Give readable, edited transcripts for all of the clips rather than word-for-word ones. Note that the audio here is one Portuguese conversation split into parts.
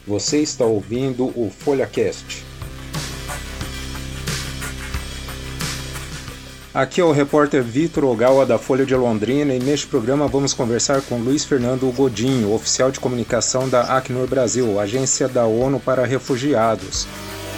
Você está ouvindo o FolhaCast. Aqui é o repórter Vitor Ogawa da Folha de Londrina e neste programa vamos conversar com Luiz Fernando Godinho, oficial de comunicação da Acnur Brasil, agência da ONU para refugiados.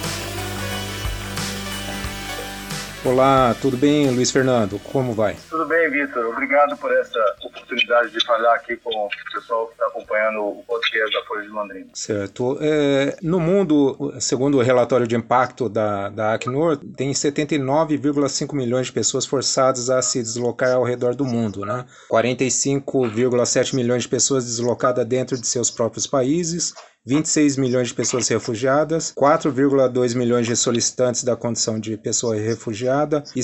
Olá, tudo bem, Luiz Fernando? Como vai? Tudo bem, Vitor. Obrigado por essa oportunidade de falar aqui com o pessoal que está acompanhando o podcast da Folha de Londrina. Certo. No mundo, segundo o relatório de impacto da Acnur, tem 79,5 milhões de pessoas forçadas a se deslocar ao redor do mundo, né? 45,7 milhões de pessoas deslocadas dentro de seus próprios países, 26 milhões de pessoas refugiadas, 4,2 milhões de solicitantes da condição de pessoa refugiada e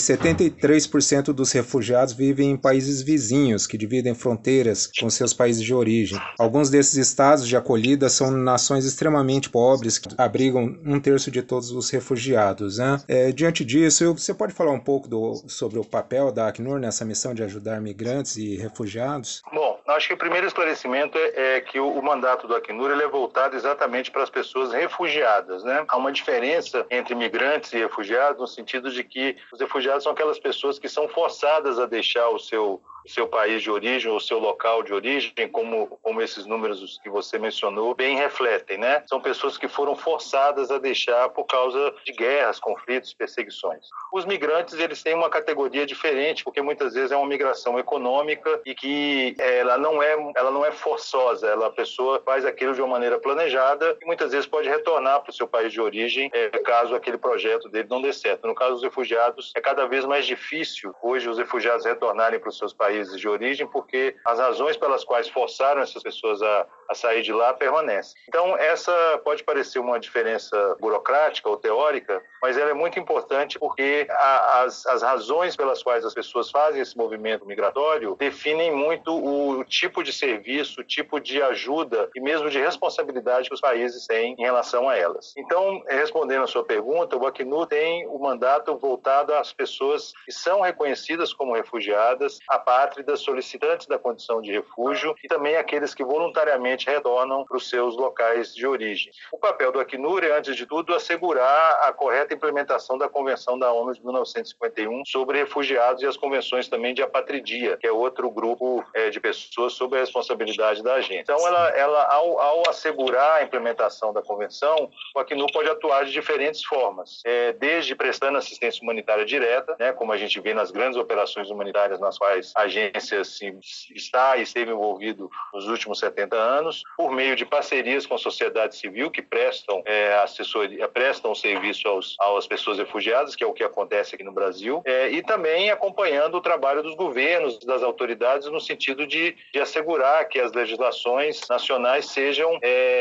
73% dos refugiados vivem em países vizinhos que dividem fronteiras com seus países de origem. Alguns desses estados de acolhida são nações extremamente pobres que abrigam 1/3 de todos os refugiados, né? Diante disso, você pode falar um pouco sobre o papel da Acnur nessa missão de ajudar migrantes e refugiados? Bom, acho que o primeiro esclarecimento é que o mandato do Acnur ele é voltado exatamente para as pessoas refugiadas, né? Há uma diferença entre migrantes e refugiados no sentido de que os refugiados são aquelas pessoas que são forçadas a deixar o seu país de origem, o seu local de origem, como esses números que você mencionou bem refletem, né? São pessoas que foram forçadas a deixar por causa de guerras, conflitos, perseguições. Os migrantes, eles têm uma categoria diferente, porque muitas vezes é uma migração econômica e que ela não é forçosa, a pessoa faz aquilo de uma maneira planejada e muitas vezes pode retornar para o seu país de origem caso aquele projeto dele não dê certo. No caso dos refugiados, é cada vez mais difícil hoje os refugiados retornarem para os seus países de origem porque as razões pelas quais forçaram essas pessoas a sair de lá permanecem. Então, essa pode parecer uma diferença burocrática ou teórica, mas ela é muito importante porque as razões pelas quais as pessoas fazem esse movimento migratório definem muito o tipo de serviço, o tipo de ajuda e mesmo de responsabilidade que os países têm em relação a elas. Então, respondendo a sua pergunta, o Acnur tem o mandato voltado às pessoas que são reconhecidas como refugiadas, apátridas, solicitantes da condição de refúgio e também aqueles que voluntariamente retornam para os seus locais de origem. O papel do Acnur é, antes de tudo, assegurar a correta implementação da Convenção da ONU de 1951 sobre refugiados e as convenções também de apatridia, que é outro grupo de pessoas sob a responsabilidade da agência. Então, ao assegurar a implementação da Convenção, o Acnur pode atuar de diferentes formas, desde prestando assistência humanitária direta, né, como a gente vê nas grandes operações humanitárias nas quais a agência está e esteve envolvido nos últimos 70 anos, por meio de parcerias com a sociedade civil que prestam assessoria, prestam serviço às pessoas refugiadas, que é o que acontece aqui no Brasil, e também acompanhando o trabalho dos governos, das autoridades, no sentido de assegurar que as legislações nacionais sejam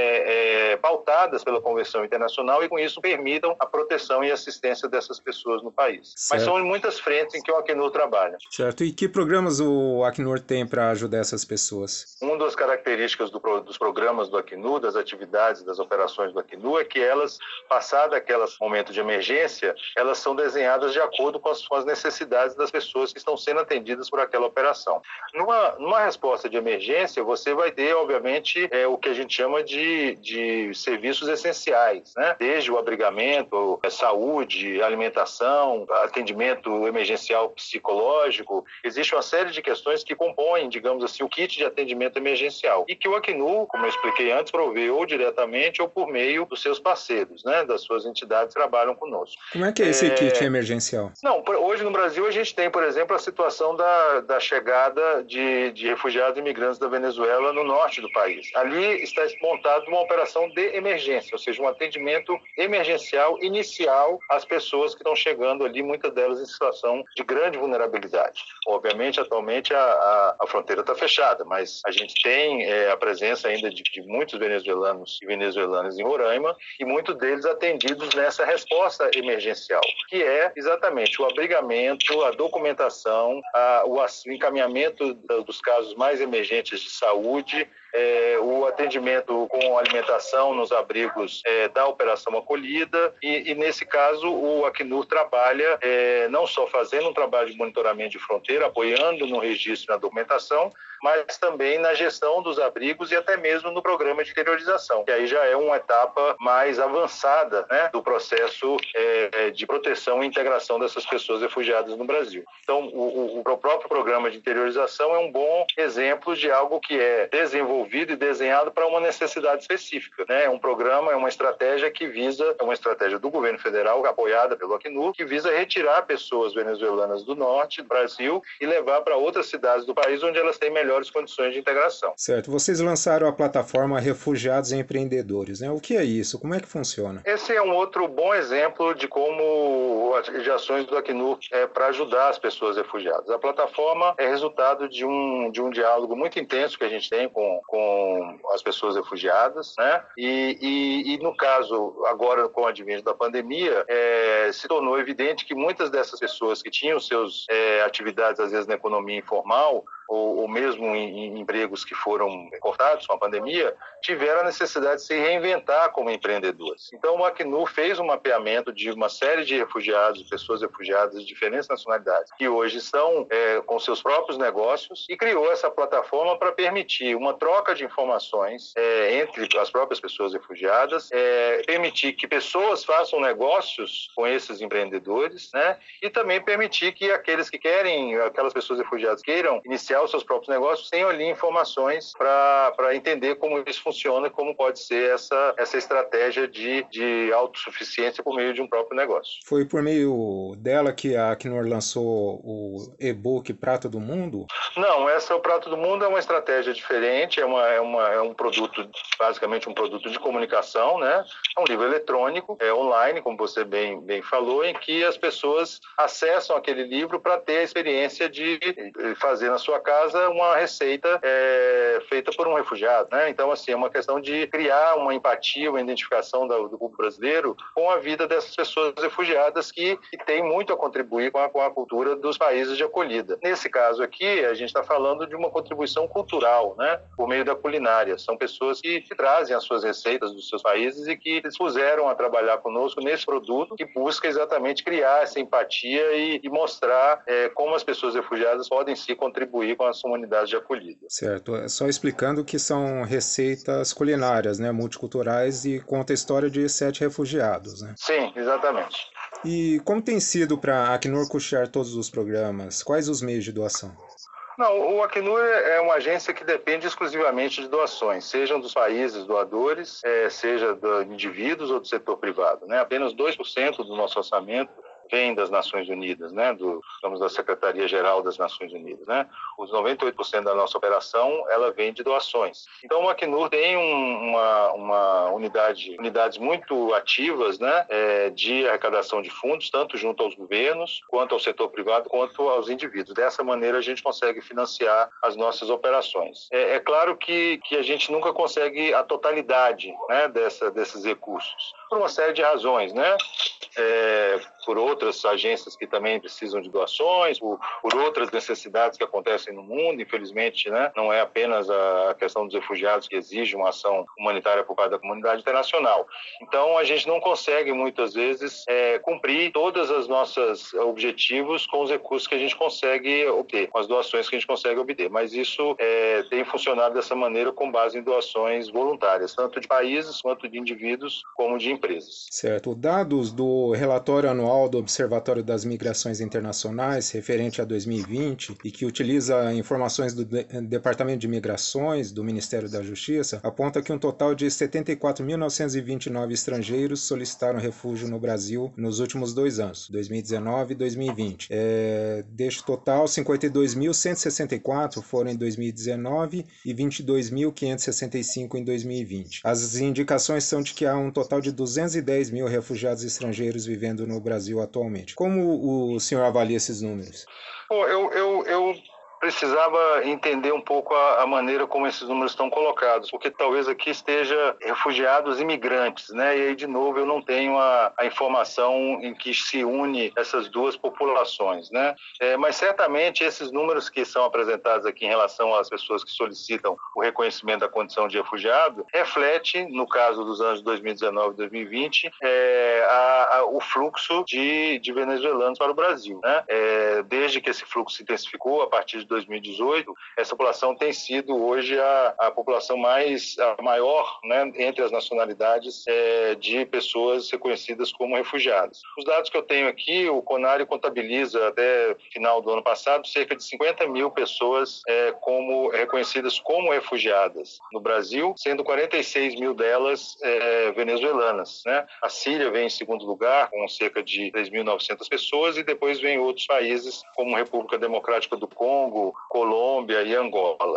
pautadas pela Convenção Internacional e, com isso, permitam a proteção e assistência dessas pessoas no país. Certo. Mas são em muitas frentes em que o Acnur trabalha. Certo. E que programas o Acnur tem para ajudar essas pessoas? Uma das características dos programas do Acnur, das atividades, das operações do Acnur, é que elas, passado aquele momento de emergência, elas são desenhadas de acordo com as necessidades das pessoas que estão sendo atendidas por aquela operação. Numa resposta de emergência, você vai ter, obviamente, o que a gente chama de serviços essenciais, né? Desde o abrigamento, saúde, alimentação, atendimento emergencial psicológico. Existe uma série de questões que compõem, digamos assim, o kit de atendimento emergencial. E que o Acnur, como eu expliquei antes, provê ou diretamente ou por meio dos seus parceiros, né? Das suas entidades que trabalham conosco. Como é que é esse kit emergencial? Não, hoje no Brasil a gente tem, por exemplo, a situação da chegada de refugiados e imigrantes da Venezuela no norte do país. Ali está montada uma operação de emergência, ou seja, um atendimento emergencial inicial às pessoas que estão chegando ali, muitas delas em situação de grande vulnerabilidade. Obviamente, atualmente a fronteira está fechada, mas a gente tem a presença ainda de muitos venezuelanos e venezuelanas em Roraima e muitos deles atendidos nessa resposta emergencial, que é exatamente o abrigamento, a documentação, o encaminhamento dos casos mais emergentes de saúde, o atendimento com alimentação nos abrigos da Operação Acolhida e nesse caso o Acnur trabalha não só fazendo um trabalho de monitoramento de fronteira, apoiando no registro e na documentação, mas também na gestão dos abrigos e até mesmo no programa de interiorização, que aí já é uma etapa mais avançada, né, do processo de proteção e integração dessas pessoas refugiadas no Brasil. Então, o próprio programa de interiorização é um bom exemplo de algo que é desenvolvido e desenhado para uma necessidade específica, né? É um programa, é uma estratégia que visa, é uma estratégia do governo federal, apoiada pelo Acnur, que visa retirar pessoas venezuelanas do norte do Brasil e levar para outras cidades do país onde elas têm melhores condições de integração. Certo. Vocês lançaram a plataforma Refugiados e Empreendedores, né? O que é isso? Como é que funciona? Esse é um outro bom exemplo de como de ações do Acnur para ajudar as pessoas refugiadas. A plataforma é resultado de um diálogo muito intenso que a gente tem com as pessoas refugiadas, né? E no caso, agora com o advento da pandemia, se tornou evidente que muitas dessas pessoas que tinham seus atividades, às vezes, na economia informal, ou mesmo em empregos que foram cortados com a pandemia, tiveram a necessidade de se reinventar como empreendedores. Então, o Acnur fez um mapeamento de uma série de refugiados, pessoas refugiadas de diferentes nacionalidades, que hoje estão com seus próprios negócios, e criou essa plataforma para permitir uma troca de informações entre as próprias pessoas refugiadas, permitir que pessoas façam negócios com esses empreendedores, né? E também permitir que aquelas pessoas refugiadas queiram iniciar os seus próprios negócios, tenham ali informações para entender como isso funciona e como pode ser essa estratégia de autossuficiência por meio de um próprio negócio. Foi por meio dela que a Acnur lançou o e-book Prato do Mundo? Não, o Prato do Mundo é uma estratégia diferente, é um produto, basicamente um produto de comunicação, né? É um livro eletrônico, online, como você bem falou, em que as pessoas acessam aquele livro para ter a experiência de fazer na sua casa uma receita feita por um refugiado, né? Então, assim, é uma questão de criar uma empatia, uma identificação do público brasileiro com a vida dessas pessoas refugiadas que têm muito a contribuir com a cultura dos países de acolhida. Nesse caso aqui, a gente está falando de uma contribuição cultural, né? Por meio da culinária. São pessoas que trazem as suas receitas dos seus países e que dispuseram a trabalhar conosco nesse produto que busca exatamente criar essa empatia e mostrar como as pessoas refugiadas podem se contribuir com as comunidades de acolhida. Certo. Só explicando que são receitas culinárias, né, multiculturais, e conta a história de 7 refugiados, né? Sim, exatamente. E como tem sido para a Acnur custear todos os programas? Quais os meios de doação? Não, o Acnur é uma agência que depende exclusivamente de doações, sejam dos países doadores, seja de indivíduos ou do setor privado, né? Apenas 2% do nosso orçamento vem das Nações Unidas, né, da Secretaria-Geral das Nações Unidas, né? Os 98% da nossa operação, ela vem de doações. Então, o Acnur tem unidades muito ativas, né, de arrecadação de fundos, tanto junto aos governos, quanto ao setor privado, quanto aos indivíduos. Dessa maneira, a gente consegue financiar as nossas operações. É claro que a gente nunca consegue a totalidade, né, desses recursos, por uma série de razões, né? Por outras agências que também precisam de doações, por outras necessidades que acontecem no mundo, infelizmente, né? Não é apenas a questão dos refugiados que exige uma ação humanitária por parte da comunidade internacional. Então, a gente não consegue, muitas vezes, cumprir todos os nossos objetivos com os recursos que a gente consegue obter, com as doações que a gente consegue obter. Mas isso tem funcionado dessa maneira com base em doações voluntárias, tanto de países, quanto de indivíduos, como de empresas. Certo. Dados do relatório anual do Observatório das Migrações Internacionais, referente a 2020, e que utiliza informações do Departamento de Migrações do Ministério da Justiça, aponta que um total de 74.929 estrangeiros solicitaram refúgio no Brasil nos últimos 2 anos, 2019 e 2020. Deste total, 52.164 foram em 2019 e 22.565 em 2020. As indicações são de que há um total de 210 mil refugiados estrangeiros vivendo no Brasil atualmente. Como o senhor avalia esses números? Bom, eu precisava entender um pouco a maneira como esses números estão colocados, porque talvez aqui esteja refugiados imigrantes, né? E aí, de novo, eu não tenho a informação em que se une essas duas populações, né? Mas certamente esses números que são apresentados aqui em relação às pessoas que solicitam o reconhecimento da condição de refugiado reflete, no caso dos anos 2019 e 2020, o fluxo de venezuelanos para o Brasil, né? Desde que esse fluxo se intensificou a partir de 2018, essa população tem sido hoje a população a maior, né, entre as nacionalidades de pessoas reconhecidas como refugiadas. Os dados que eu tenho aqui, o CONARE contabiliza até final do ano passado cerca de 50 mil pessoas como reconhecidas como refugiadas no Brasil, sendo 46 mil delas venezuelanas, né? A Síria vem em segundo lugar, com cerca de 3.900 pessoas, e depois vem outros países como República Democrática do Congo, Colômbia e Angola.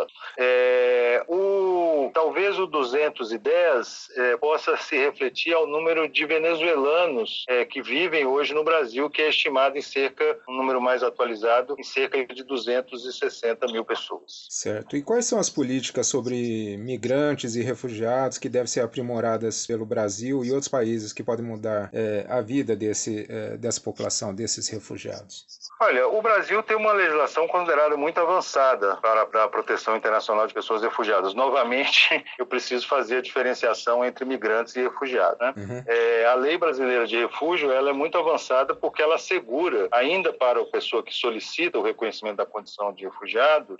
Talvez o 210 possa se refletir ao número de venezuelanos que vivem hoje no Brasil, que é estimado um número mais atualizado, em cerca de 260 mil pessoas. Certo. E quais são as políticas sobre migrantes e refugiados que devem ser aprimoradas pelo Brasil e outros países que podem mudar a vida dessa população, desses refugiados? Olha, o Brasil tem uma legislação considerada muito avançada para a proteção internacional de pessoas refugiadas. Novamente, eu preciso fazer a diferenciação entre migrantes e refugiados, né? Uhum. A lei brasileira de refúgio, ela é muito avançada porque ela assegura, ainda para a pessoa que solicita o reconhecimento da condição de refugiado,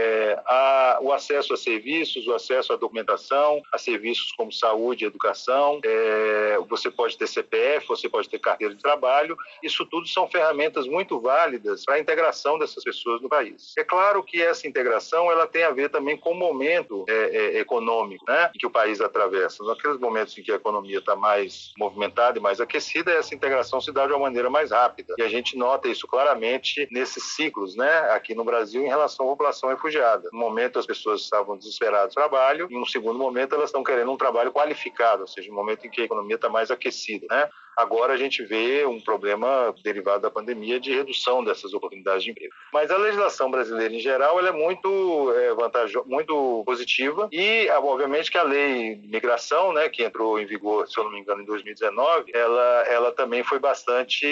o acesso a serviços, o acesso à documentação, a serviços como saúde e educação. Você pode ter CPF, você pode ter carteira de trabalho. Isso tudo são ferramentas muito válidas para a integração dessas pessoas no país. É claro que essa integração ela tem a ver também com o momento econômico, né, que o país atravessa. Naqueles momentos em que a economia está mais movimentada e mais aquecida, essa integração se dá de uma maneira mais rápida. E a gente nota isso claramente nesses ciclos, né, aqui no Brasil, em relação à população refugiada. No momento as pessoas estavam desesperadas de trabalho, e no segundo momento elas estão querendo um trabalho qualificado, ou seja, no momento em que a economia está mais aquecida, né? Agora a gente vê um problema derivado da pandemia de redução dessas oportunidades de emprego. Mas a legislação brasileira, em geral, ela é muito muito positiva e, obviamente, que a lei de migração, né, que entrou em vigor, se eu não me engano, em 2019, ela também foi bastante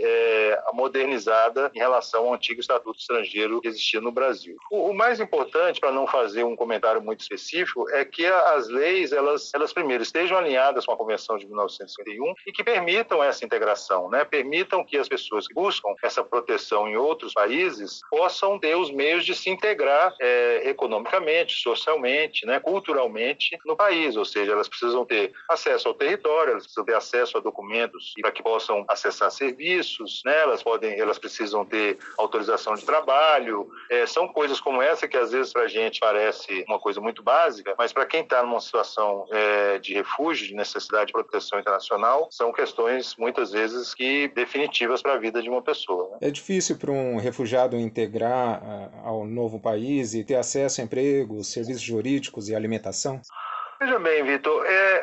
modernizada em relação ao antigo Estatuto Estrangeiro que existia no Brasil. O mais importante, para não fazer um comentário muito específico, é que as leis, elas primeiro, estejam alinhadas com a Convenção de 1951 e que permitam essa integração, né? Permitam que as pessoas que buscam essa proteção em outros países possam ter os meios de se integrar economicamente, socialmente, né? Culturalmente no país, ou seja, elas precisam ter acesso ao território, elas precisam ter acesso a documentos para que possam acessar serviços, né? Elas precisam ter autorização de trabalho, são coisas como essa que às vezes para a gente parece uma coisa muito básica, mas para quem está numa situação de refúgio, de necessidade de proteção internacional, são questões muitas vezes definitivas para a vida de uma pessoa, né? É difícil para um refugiado integrar ao novo país e ter acesso a empregos, serviços jurídicos e alimentação? Veja bem, Vitor,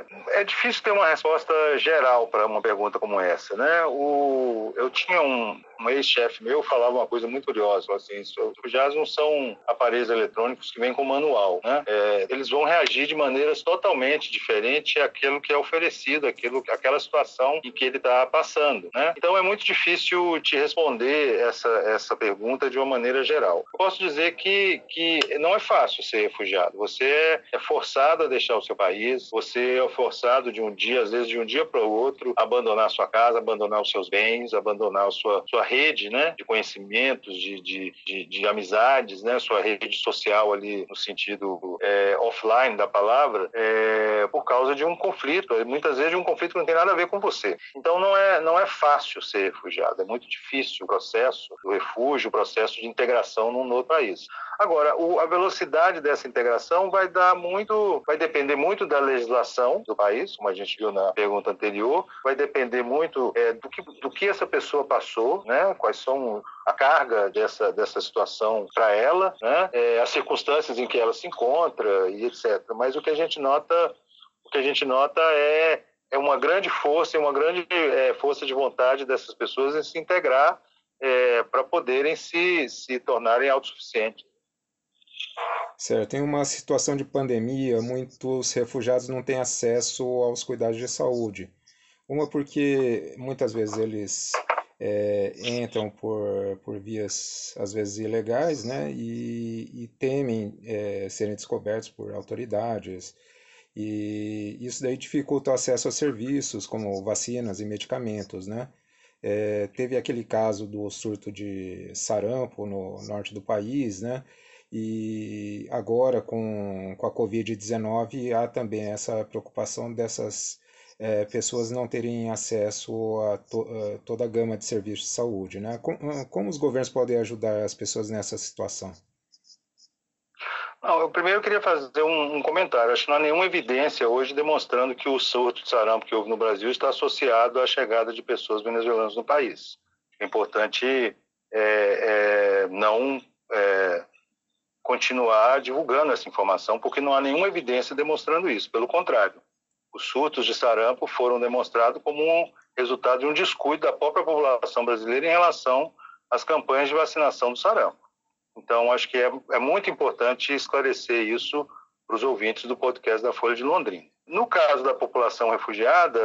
é difícil ter uma resposta geral para uma pergunta como essa, né? Eu tinha um ex-chefe meu falava uma coisa muito curiosa, assim, os refugiados não são aparelhos eletrônicos que vêm com manual, né? Eles vão reagir de maneiras totalmente diferentes àquilo que é oferecido, àquela situação em que ele está passando, né? Então é muito difícil te responder essa pergunta de uma maneira geral. Eu posso dizer que não é fácil ser refugiado. Você é forçado a deixar o seu país, você é forçado às vezes de um dia para o outro, abandonar a sua casa, abandonar os seus bens, abandonar a sua rede, né, de conhecimentos, de amizades, né, sua rede social ali no sentido offline da palavra, por causa de um conflito, muitas vezes de um conflito que não tem nada a ver com você. Então não é fácil ser refugiado, é muito difícil o processo do refúgio, o processo de integração num novo país. Agora, a velocidade dessa integração vai depender muito da legislação do país, como a gente viu na pergunta anterior, vai depender muito do que essa pessoa passou, né? Quais são a carga dessa situação para ela, né? As circunstâncias em que ela se encontra e etc. Mas o que a gente nota é uma grande força e uma grande força de vontade dessas pessoas em se integrar para poderem se tornarem autossuficientes. Certo, em uma situação de pandemia, muitos refugiados não têm acesso aos cuidados de saúde. Uma porque muitas vezes eles entram por vias, às vezes, ilegais, né? E temem serem descobertos por autoridades. E isso daí dificulta o acesso a serviços como vacinas e medicamentos, né? Teve aquele caso do surto de sarampo no norte do país, né? E agora com a Covid-19 há também essa preocupação dessas pessoas não terem acesso a toda a gama de serviços de saúde, né? Como os governos podem ajudar as pessoas nessa situação? Não, eu primeiro queria fazer um comentário. Acho que não há nenhuma evidência hoje demonstrando que o surto de sarampo que houve no Brasil está associado à chegada de pessoas venezuelanas no país. É importante não continuar divulgando essa informação, porque não há nenhuma evidência demonstrando isso. Pelo contrário, os surtos de sarampo foram demonstrados como um resultado de um descuido da própria população brasileira em relação às campanhas de vacinação do sarampo. Então, acho que é muito importante esclarecer isso para os ouvintes do podcast da Folha de Londrina. No caso da população refugiada,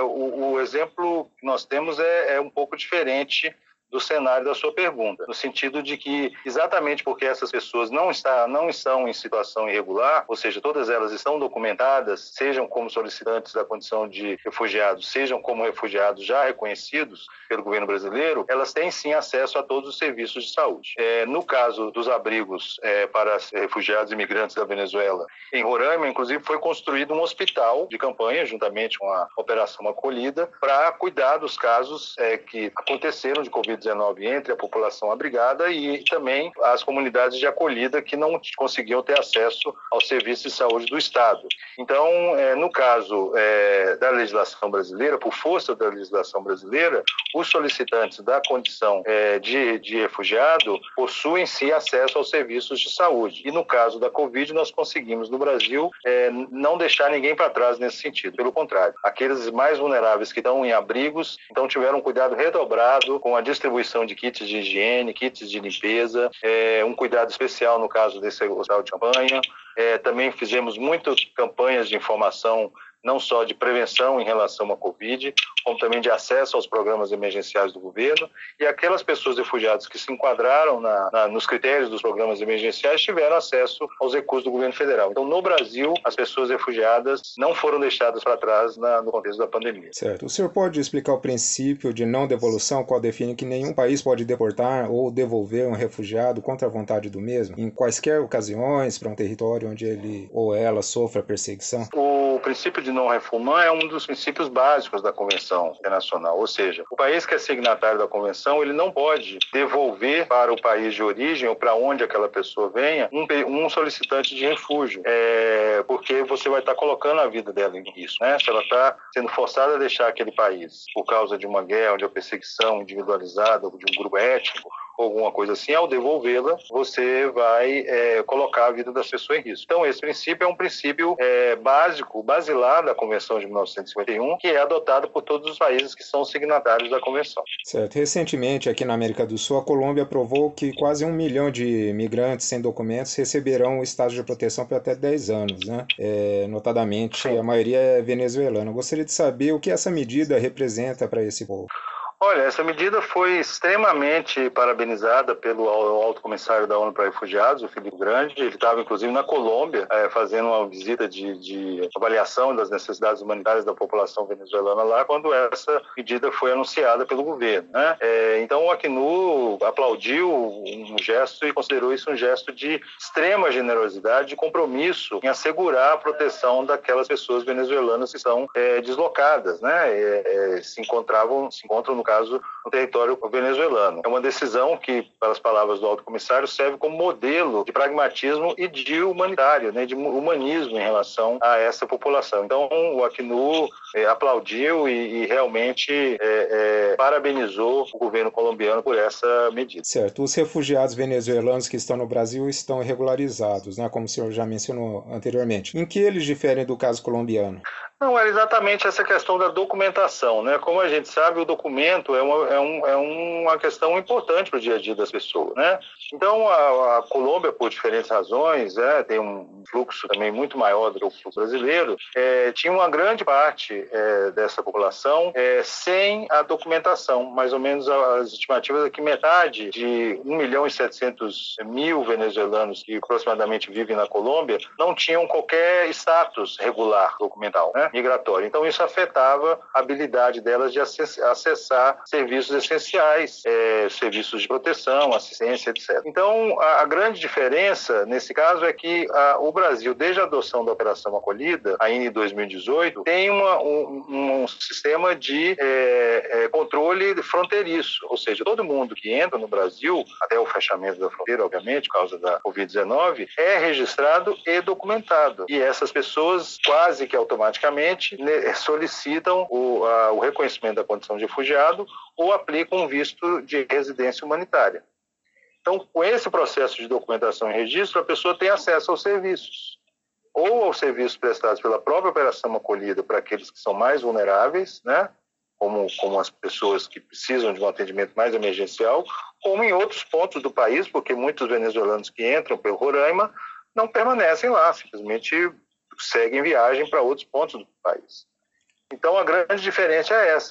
o exemplo que nós temos é um pouco diferente do cenário da sua pergunta, no sentido de que, exatamente porque essas pessoas não estão em situação irregular, ou seja, todas elas estão documentadas, sejam como solicitantes da condição de refugiados, sejam como refugiados já reconhecidos pelo governo brasileiro, elas têm sim acesso a todos os serviços de saúde. No caso dos abrigos para refugiados e imigrantes da Venezuela, em Roraima, inclusive, foi construído um hospital de campanha, juntamente com a Operação Acolhida, para cuidar dos casos que aconteceram de Covid-19 entre a população abrigada e também as comunidades de acolhida que não conseguiam ter acesso aos serviços de saúde do Estado. Então, no caso da legislação brasileira, por força da legislação brasileira, os solicitantes da condição de refugiado possuem, sim, acesso aos serviços de saúde. E no caso da Covid, nós conseguimos, no Brasil, não deixar ninguém para trás nesse sentido. Pelo contrário, aqueles mais vulneráveis que estão em abrigos, então tiveram um cuidado redobrado com a distribuição de kits de higiene, kits de limpeza, um cuidado especial no caso desse hospital de campanha. Também fizemos muitas campanhas de informação, não só de prevenção em relação à Covid, como também de acesso aos programas emergenciais do governo, e aquelas pessoas refugiadas que se enquadraram nos critérios dos programas emergenciais tiveram acesso aos recursos do governo federal. Então, no Brasil, as pessoas refugiadas não foram deixadas para trás no contexto da pandemia. Certo. O senhor pode explicar o princípio de não devolução, qual define que nenhum país pode deportar ou devolver um refugiado contra a vontade do mesmo, em quaisquer ocasiões, para um território onde ele ou ela sofra perseguição? O princípio de não refoulement é um dos princípios básicos da Convenção Internacional, ou seja, o país que é signatário da Convenção, ele não pode devolver para o país de origem ou para onde aquela pessoa venha um solicitante de refúgio, porque você vai estar colocando a vida dela em risco, né? Se ela está sendo forçada a deixar aquele país por causa de uma guerra ou de uma perseguição individualizada ou de um grupo étnico, alguma coisa assim, ao devolvê-la, você vai colocar a vida das pessoas em risco. Então, esse princípio é um princípio básico, basilar da Convenção de 1951, que é adotado por todos os países que são signatários da Convenção. Certo. Recentemente, aqui na América do Sul, a Colômbia aprovou que quase 1 milhão de migrantes sem documentos receberão o estágio de proteção por até 10 anos, né? Notadamente, Sim. A maioria é venezuelana. Eu gostaria de saber o que essa medida representa para esse povo. Olha, essa medida foi extremamente parabenizada pelo alto comissário da ONU para Refugiados, o Filipe Grande. Ele estava, inclusive, na Colômbia, fazendo uma visita de avaliação das necessidades humanitárias da população venezuelana lá, quando essa medida foi anunciada pelo governo, né? Então, o Acnur aplaudiu um gesto e considerou isso um gesto de extrema generosidade, de compromisso em assegurar a proteção daquelas pessoas venezuelanas que são deslocadas, né? Se encontram, no caso, no território venezuelano. É uma decisão que, pelas palavras do alto comissário, serve como modelo de pragmatismo e de humanitário, né, de humanismo em relação a essa população. Então, o Acnur aplaudiu e realmente parabenizou o governo colombiano por essa medida. Certo. Os refugiados venezuelanos que estão no Brasil estão irregularizados, né, como o senhor já mencionou anteriormente. Em que eles diferem do caso colombiano? Não, é exatamente essa questão da documentação, né? Como a gente sabe, o documento é uma questão importante para o dia a dia das pessoas, né? Então, a Colômbia, por diferentes razões, tem um fluxo também muito maior do que o fluxo brasileiro, tinha uma grande parte dessa população sem a documentação. Mais ou menos as estimativas é que metade de 1.700.000 venezuelanos que aproximadamente vivem na Colômbia não tinham qualquer status regular documental, né? né, migratório. Então isso afetava a habilidade delas de acessar serviços essenciais, serviços de proteção, assistência, etc. Então a grande diferença nesse caso é que o Brasil, desde a adoção da Operação Acolhida, ainda em 2018, tem um sistema de controle fronteiriço, ou seja, todo mundo que entra no Brasil, até o fechamento da fronteira, obviamente, por causa da Covid-19, é registrado e documentado. E essas pessoas quase que automaticamente solicitam o reconhecimento da condição de refugiado ou aplicam um visto de residência humanitária. Então, com esse processo de documentação e registro, a pessoa tem acesso aos serviços, ou aos serviços prestados pela própria Operação Acolhida para aqueles que são mais vulneráveis, né? Como as pessoas que precisam de um atendimento mais emergencial, como em outros pontos do país, porque muitos venezuelanos que entram pelo Roraima não permanecem lá, simplesmente seguem viagem para outros pontos do país. Então, a grande diferença é essa.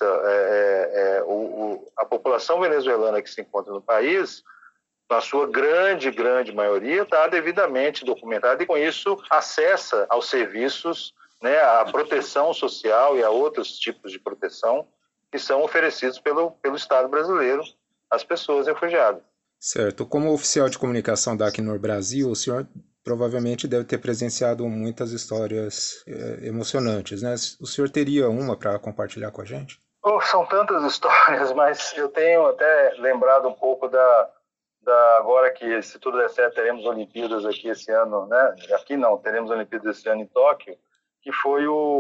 A população venezuelana que se encontra no país, na sua grande maioria, está devidamente documentada e, com isso, acessa aos serviços, né, à proteção social e a outros tipos de proteção que são oferecidos pelo Estado brasileiro às pessoas refugiadas. Certo. Como oficial de comunicação da Acnur Brasil, o senhor provavelmente deve ter presenciado muitas histórias emocionantes, né? O senhor teria uma para compartilhar com a gente? São tantas histórias, mas eu tenho até lembrado um pouco agora que, se tudo der certo, teremos Olimpíadas aqui esse ano, né? Aqui não, teremos Olimpíadas esse ano em Tóquio, que foi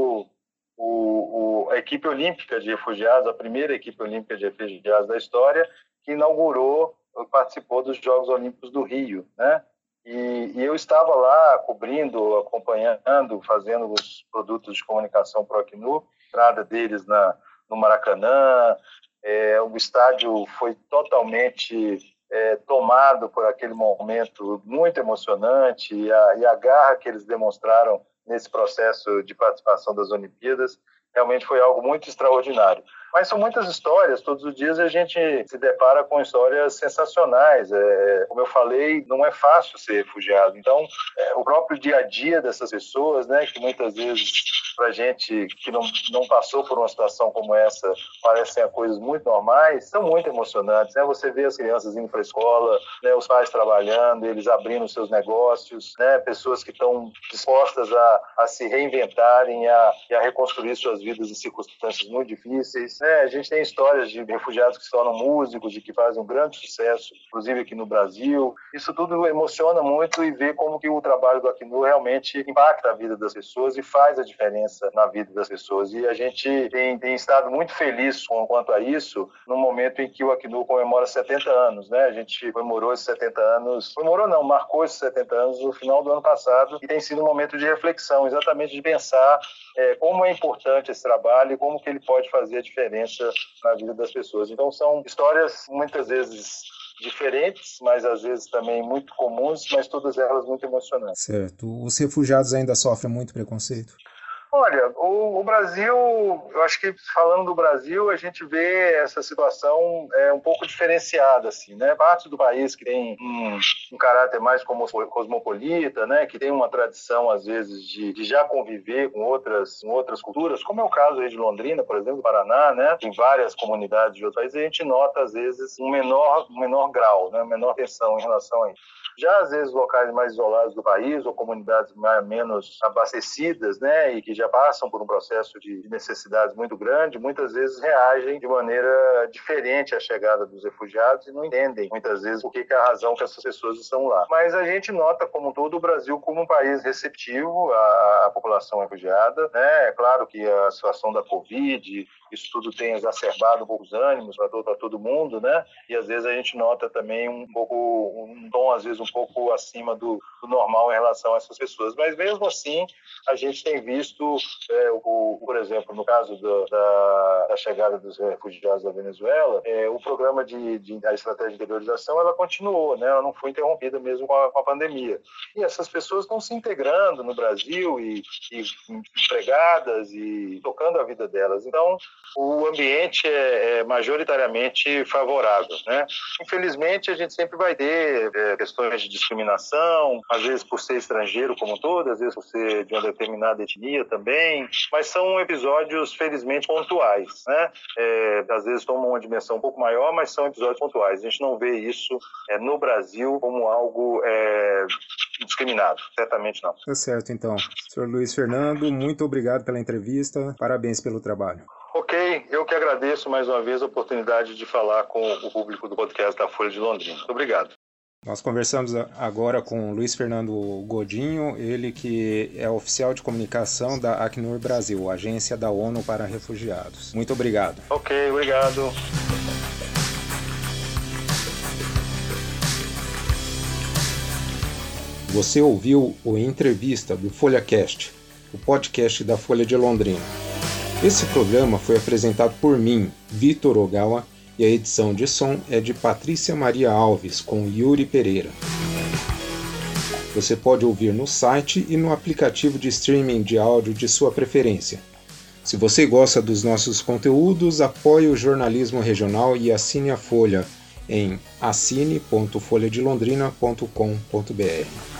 a equipe olímpica de refugiados, a primeira equipe olímpica de refugiados da história, que participou dos Jogos Olímpicos do Rio, né? E eu estava lá cobrindo, acompanhando, fazendo os produtos de comunicação para o Acnur, entrada deles no Maracanã. O estádio foi totalmente tomado por aquele momento muito emocionante e a garra que eles demonstraram nesse processo de participação das Olimpíadas realmente foi algo muito extraordinário. Mas são muitas histórias, todos os dias a gente se depara com histórias sensacionais. Como eu falei, não é fácil ser refugiado. Então, o próprio dia a dia dessas pessoas, né, que muitas vezes, para a gente que não passou por uma situação como essa, parecem coisas muito normais, são muito emocionantes, né? Você vê as crianças indo para a escola, né, os pais trabalhando, eles abrindo seus negócios, né, pessoas que estão dispostas a se reinventarem e a reconstruir suas vidas em circunstâncias muito difíceis. A gente tem histórias de refugiados que se tornam músicos e que fazem um grande sucesso, inclusive aqui no Brasil. Isso tudo emociona muito e ver como que o trabalho do Acnur realmente impacta a vida das pessoas e faz a diferença na vida das pessoas. E a gente tem estado muito feliz quanto a isso no momento em que o Acnur comemora 70 anos. Né? A gente comemorou esses 70 anos, marcou esses 70 anos no final do ano passado e tem sido um momento de reflexão, exatamente de pensar como é importante esse trabalho e como que ele pode fazer a diferença na vida das pessoas. Então são histórias muitas vezes diferentes, mas às vezes também muito comuns, mas todas elas muito emocionantes. Certo. Os refugiados ainda sofrem muito preconceito? Olha, o Brasil, eu acho que falando do Brasil, a gente vê essa situação um pouco diferenciada, assim, né? Parte do país que tem um caráter mais cosmopolita, né? Que tem uma tradição, às vezes, de já conviver com outras culturas, como é o caso aí de Londrina, por exemplo, do Paraná, né? Tem várias comunidades de outros países, e a gente nota, às vezes, um menor grau, né? Menor tensão em relação a isso. Já, às vezes, locais mais isolados do país ou comunidades menos abastecidas, né, e que já passam por um processo de necessidades muito grande, muitas vezes reagem de maneira diferente à chegada dos refugiados e não entendem, muitas vezes, o que é a razão que essas pessoas estão lá. Mas a gente nota, como todo o Brasil, como um país receptivo à população refugiada, né? É claro que a situação da Covid, isso tudo tem exacerbado um pouco os ânimos para todo mundo, né? E, às vezes, a gente nota também um tom, às vezes, um pouco acima do normal em relação a essas pessoas. Mas, mesmo assim, a gente tem visto, por exemplo, no caso da chegada dos refugiados da Venezuela, o programa da estratégia de interiorização, ela continuou, né? Ela não foi interrompida mesmo com a pandemia. E essas pessoas estão se integrando no Brasil e empregadas e tocando a vida delas. Então, o ambiente é majoritariamente favorável, né? Infelizmente, a gente sempre vai ter questões formas de discriminação, às vezes por ser estrangeiro como um todo, às vezes por ser de uma determinada etnia também, mas são episódios, felizmente, pontuais, né? Às vezes tomam uma dimensão um pouco maior, mas são episódios pontuais. A gente não vê isso no Brasil como algo discriminado, certamente não. Tá certo, então. Sr. Luiz Fernando, muito obrigado pela entrevista, parabéns pelo trabalho. Ok, eu que agradeço mais uma vez a oportunidade de falar com o público do podcast da Folha de Londrina. Muito obrigado. Nós conversamos agora com Luiz Fernando Godinho, ele que é oficial de comunicação da Acnur Brasil, Agência da ONU para Refugiados. Muito obrigado. Ok, obrigado. Você ouviu o Entrevista do FolhaCast, o podcast da Folha de Londrina. Esse programa foi apresentado por mim, Vitor Ogawa, e a edição de som é de Patrícia Maria Alves, com Yuri Pereira. Você pode ouvir no site e no aplicativo de streaming de áudio de sua preferência. Se você gosta dos nossos conteúdos, apoie o jornalismo regional e assine a Folha em assine.folhadelondrina.com.br.